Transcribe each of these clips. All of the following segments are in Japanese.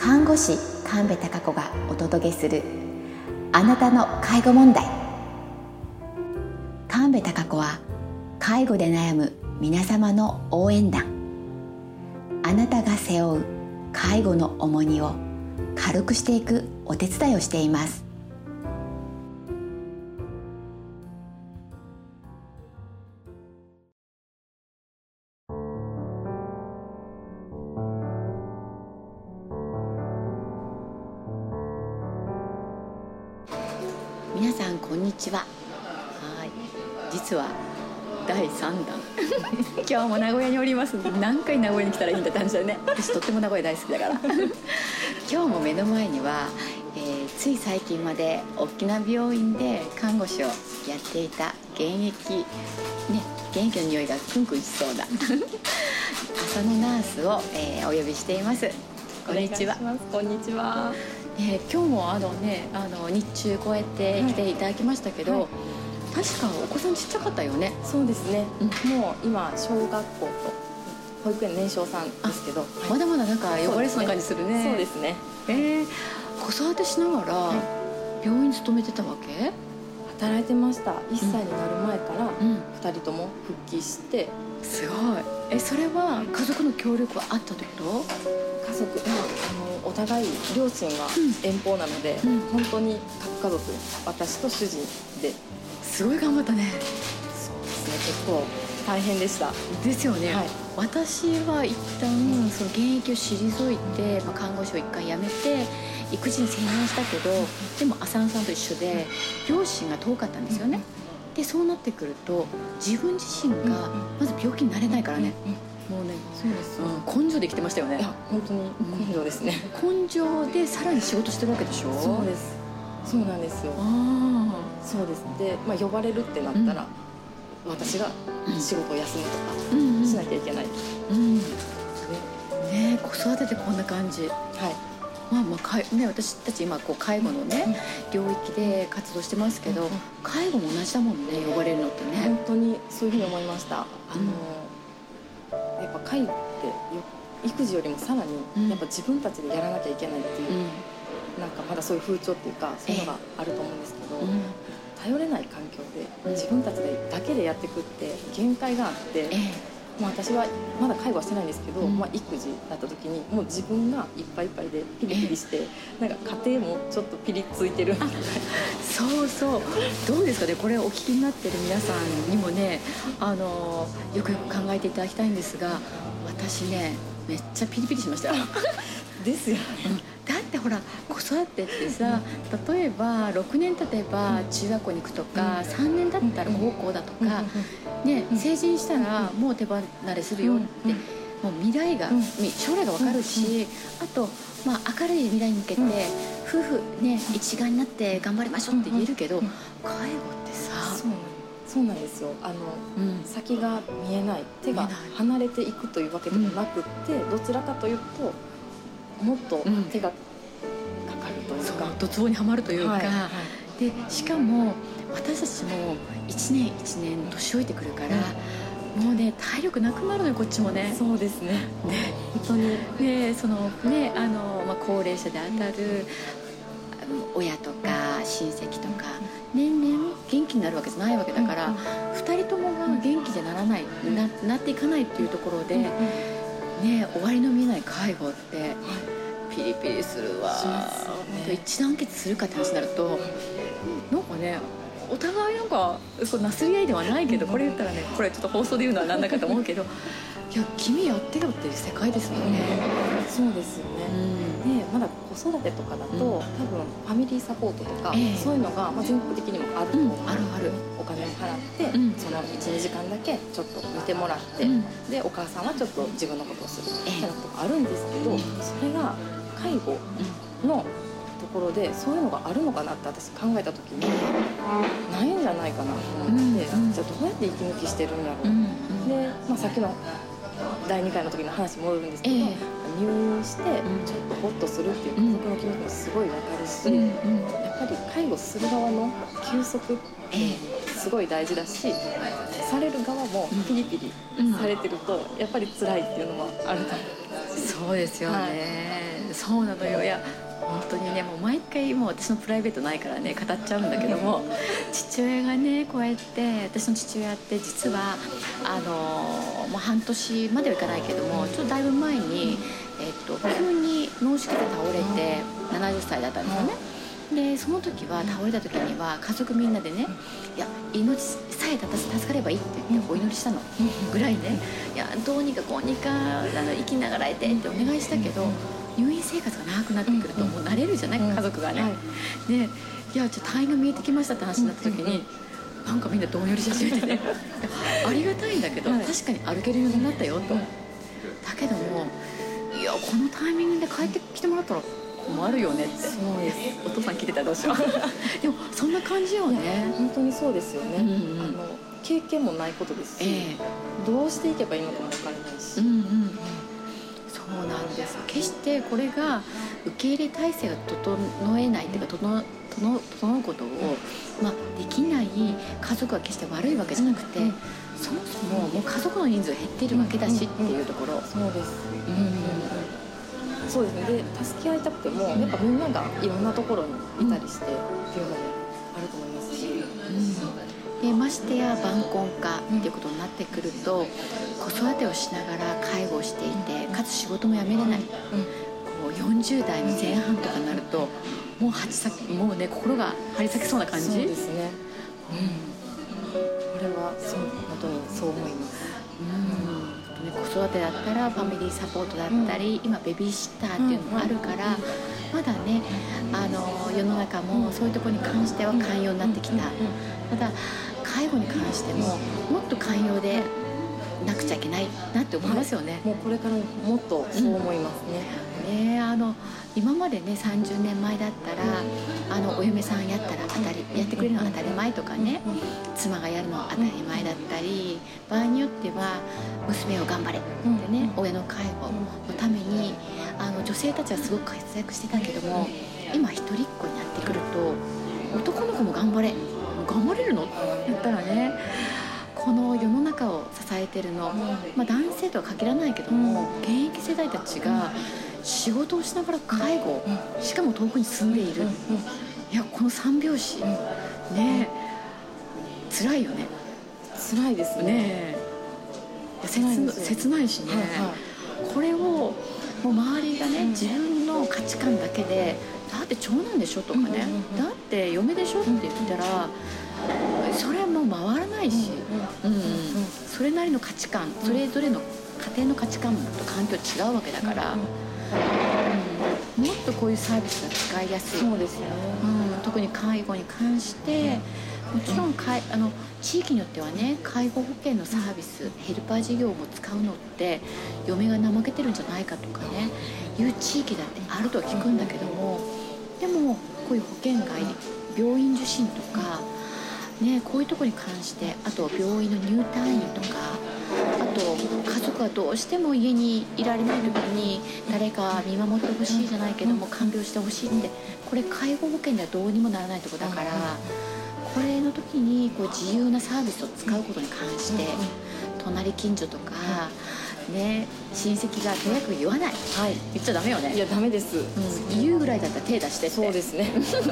看護師神戸貴子がお届けするあなたの介護問題。神戸貴子は介護で悩む皆様の応援団。あなたが背負う介護の重荷を軽くしていくお手伝いをしています。皆さんこんにちは。はい、実は第3弾今日も名古屋におります。何回名古屋に来たらいいんだって話だよね。私とっても名古屋大好きだから今日も目の前には、つい最近まで大きな病院で看護師をやっていた現役の匂いがクンクンしそうな浅野ナースを、お呼びしています。こんにちは。 こんにちは。 今日も日中こうやって来ていただきましたけど、確かお子さんちっちゃかったよね。 そうですね、もう今小学校と保育園年少さんですけど、 まだまだなんか呼ばれそうな感じするね。 そうですね。 子育てしながら病院勤めてたわけ？ 働いてました。1歳になる前から2人とも復帰して、 すごい。それは家族の協力はあったってこと？ 家族お互い両親が遠方なので、本当に各家族私と主人で。 すごい頑張ったね。 そうですね、結構大変でしたですよね。私は一旦その現役を退いて、看護師を一回辞めて育児に専念したけど、でも浅野さんと一緒で両親が遠かったんですよね。でそうなってくると自分自身がまず病気になれないからね。もうね、 そうです、 根性できてましたよね。 いや本当に根性ですね。 根性でさらに仕事してるわけでしょ。 そうです。そうなんですよ。そうです。で、呼ばれるってなったら、私が仕事を休むとかしなきゃいけない。 ね、子育てってこんな感じ。私たち今介護のね、領域で活動してますけど、介護も同じだもんね、呼ばれるのってね。 本当にそういうふうに思いました。やっぱ介護って育児よりもさらにやっぱ自分たちでやらなきゃいけないっていう、なんかまだそういう風潮っていうかそういうのがあると思うんですけど、頼れない環境で自分たちだけでやっていくって限界があって、私はまだ介護はしてないんですけど、育児だった時にもう自分がいっぱいいっぱいでピリピリして、なんか家庭もちょっとピリついてるみたいな。 そうそう。どうですかね、これお聞きになってる皆さんにもね、よくよく考えていただきたいんですが、私ねめっちゃピリピリしましたですよね。 だってほら子育てってさ、例えば6年経てば中学校に行くとか、3年だったら高校だとか、成人したらもう手離れするよって、もう未来が将来が分かるし、あと明るい未来に向けて夫婦ね一丸になって頑張りましょうって言えるけど、介護ってさ、 そうなんですよ。先が見えない、手が離れていくというわけでもなくって、どちらかというともっと手がかかるというか、 ドツボにはまるというか、でしかも私たちも一年一年年老いてくるから、もうね体力なくなるのよ、こっちもね。 そうですね。本当に高齢者であたる親とか親戚とか年々元気になるわけじゃないわけだから、2人ともが元気じゃならない、なっていかないっていうところで、終わりの見えない介護ってピリピリするわ。一団結するかって話になると、なんかね、お互いなんかなすり合いではないけど、これ言ったらね、これちょっと放送で言うのはなんだかと思うけどいや君やってよっていう世界ですもんね。 そうですよね。まだ子育てとかだと、多分ファミリーサポートとか、そういうのが全国的にもあると思う。 あるある。 お金を払って、その 1,2 時間だけちょっと見てもらって、でお母さんはちょっと自分のことをするみたいなことがあるんですけど、それが介護のところでそういうのがあるのかなって私考えた時に、ないんじゃないかなと思って、じゃあどうやって息抜きしてるんやろう。で、さっきの第2回の時の話戻るんですけど、入院してちょっとホッとするっていう家族の気持ちもすごいわかるし、やっぱり介護する側の休息ってすごい大事だし、される側もピリピリされてるとやっぱり辛いっていうのもあると思う。 そそうですよね、そうなのよ。いや本当にね、もう毎回もう私のプライベートないからね語っちゃうんだけども父親がねこうやって、私の父親って実はもう半年まではいかないけども、ちょっとだいぶ前に、急に脳出血で倒れて70歳だったんですよね。でその時は倒れた時には家族みんなでね、いや命さえ助かればいいって言ってお祈りしたのぐらいね、いやどうにかこうにか生きながらえてってお願いしたけど、入院生活が長くなってくるともう慣れるじゃない、家族がね、でいやちょっと退院が見えてきましたって話になった時に、なんかみんなどんよりし始めてねありがたいんだけど、確かに歩けるようになったよと、だけどもいやこのタイミングで帰ってきてもらったら困るよねって。そうです。お父さん聞いてたらどうしようでもそんな感じよね。 本当にそうですよね、経験もないことですし、どうしていけばいいのかも分からないし、 そうなんです。決してこれが受け入れ体制が整えないっていうか整うことを、できない家族は決して悪いわけじゃなくて、そもそももう家族の人数が減っているわけだしっていうところ、 そうです、そうですね。で助け合いたくてもやっぱみんながいろんなところにいたりしてっていうのもあると思いますし、 でましてや晩婚化っていうことになってくると、子育てをしながら介護をしていて、かつ仕事も辞めれない、こう40代の前半とかになるともうね心が張り裂けそうな感じ。 そうですね、これは本当にそう思います。 子育てだったらファミリーサポートだったり、今ベビーシッターっていうのもあるから、まだね世の中もそういうところに関しては寛容になってきた。ただ介護に関してももっと寛容でなくちゃいけないなって思いますよね。 もうこれからもっとそう思いますね。 今までね30年前だったらお嫁さんやってくれるのは当たり前とかね、妻がやるのは当たり前だったり、場合によっては娘を頑張れってね、親の介護のために女性たちはすごく活躍してたけども、今一人っ子になってくると男の子も頑張れるのって言ったらね、この世の中を支えてるの、男性とは限らないけども、現役世代たちが仕事をしながら介護、しかも遠くに住んでいる、いやこの三拍子ね、辛いよね。 辛いですね。 切ないしね、これをもう周りがね自分の価値観だけで、だって長男でしょとかね、だって嫁でしょって言ったらそれはもう回らないし、それなりの価値観、それぞれの家庭の価値観と環境違うわけだから、もっとこういうサービスが使いやすい。 そうですよね、 特に介護に関して、もちろん地域によってはね介護保険のサービス、ヘルパー事業を使うのって嫁が怠けてるんじゃないかとかねいう地域だってあるとは聞くんだけども、でもこういう保険外病院受診とかね、こういうところに関して、あと病院の入退院とか、あと家族がどうしても家にいられない時に誰か見守ってほしいじゃないけども看病してほしいって、これ介護保険ではどうにもならないところだから、これの時にこう自由なサービスを使うことに関して隣近所とかね、親戚がとにかく言わない、言っちゃダメよね。 いやダメです、 言うぐらいだったら手出してって。 そうですね本当にそう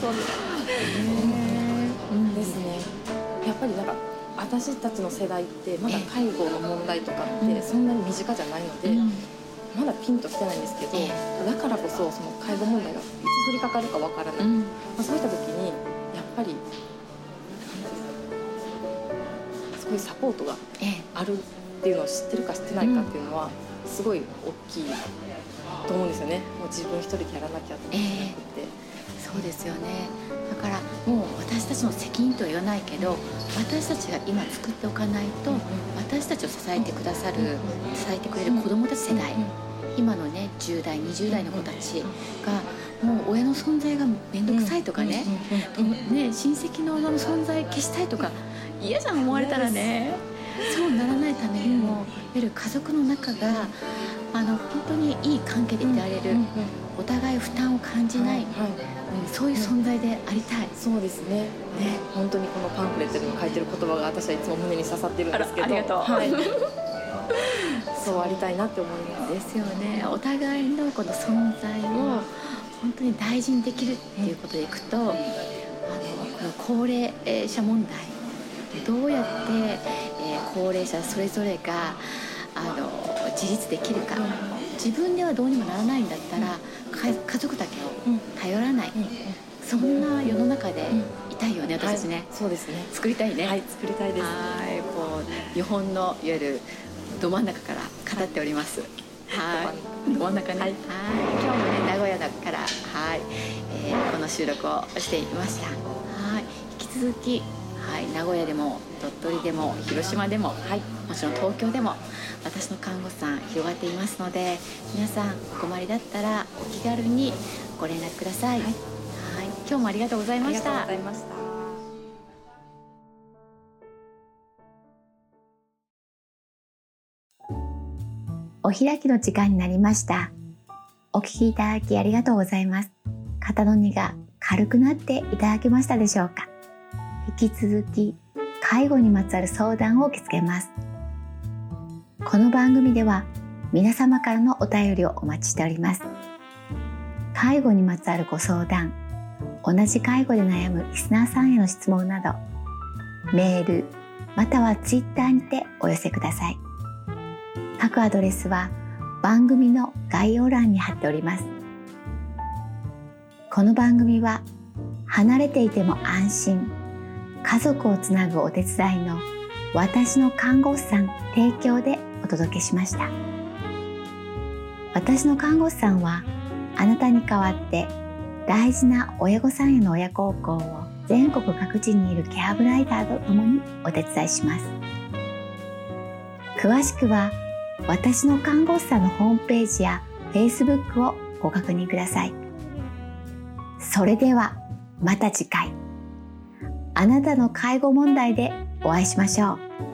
ですね。やっぱり私たちの世代ってまだ介護の問題とかってそんなに身近じゃないので、まだピンときてないんですけど、だからこそその介護問題がいつ降りかかるかわからない、そういった時にやっぱりそういうサポートがあるっていうのを知ってるか知ってないかっていうのはすごい大きいと思うんですよね。もう自分一人でやらなきゃってなくて、 そうですよね。だからもう私たちの責任とは言わないけど、私たちが今作っておかないと、私たちを支えてくださる、支えてくれる子どもたち世代、今のね10代20代の子たちがもう親の存在が面倒くさいとかね、親戚の存在消したいとか嫌じゃん思われたらね、そうならないためにも、いわゆる家族の中が本当にいい関係でいられる、お互い負担を感じない、そういう存在でありたい。 そうですね。本当にこのパンフレットにも書いてる言葉が私はいつも胸に刺さってるんですけど、 ありがとう。 そうありたいなって思います。 ですよね。お互いのこの存在を本当に大事にできるっていうことでいくと、この高齢者問題、どうやって、高齢者それぞれが自立できるか、自分ではどうにもならないんだったら、家族だけを頼らない、そんな世の中でいたいよね、私たちね、 そうですね、 作りたいね。 はい、作りたいです。 こう日本のいわゆるど真ん中から語っております。ど真ん中ね。今日もね、名古屋だからこの収録をしていました。引き続き名古屋でも鳥取でも広島でも、もちろん東京でも私の看護師さん広がっていますので、皆さんお困りだったらお気軽にご連絡ください。今日もありがとうございました。 ありがとうございました。 お開きの時間になりました。お聞きいただきありがとうございます。肩の荷が軽くなっていただけましたでしょうか。引き続き介護にまつわる相談を受け付けます。この番組では皆様からのお便りをお待ちしております。介護にまつわるご相談、同じ介護で悩むリスナーさんへの質問など、メールまたはツイッターにてお寄せください。各アドレスは番組の概要欄に貼っております。この番組は離れていても安心、家族をつなぐお手伝いの私の看護師さん提供でお届けしました。私の看護師さんはあなたに代わって大事な親御さんへの親孝行を全国各地にいるケアブライダーとともにお手伝いします。詳しくは私の看護師さんのホームページや Facebook をご確認ください。それではまた次回、あなたの介護問題でお会いしましょう。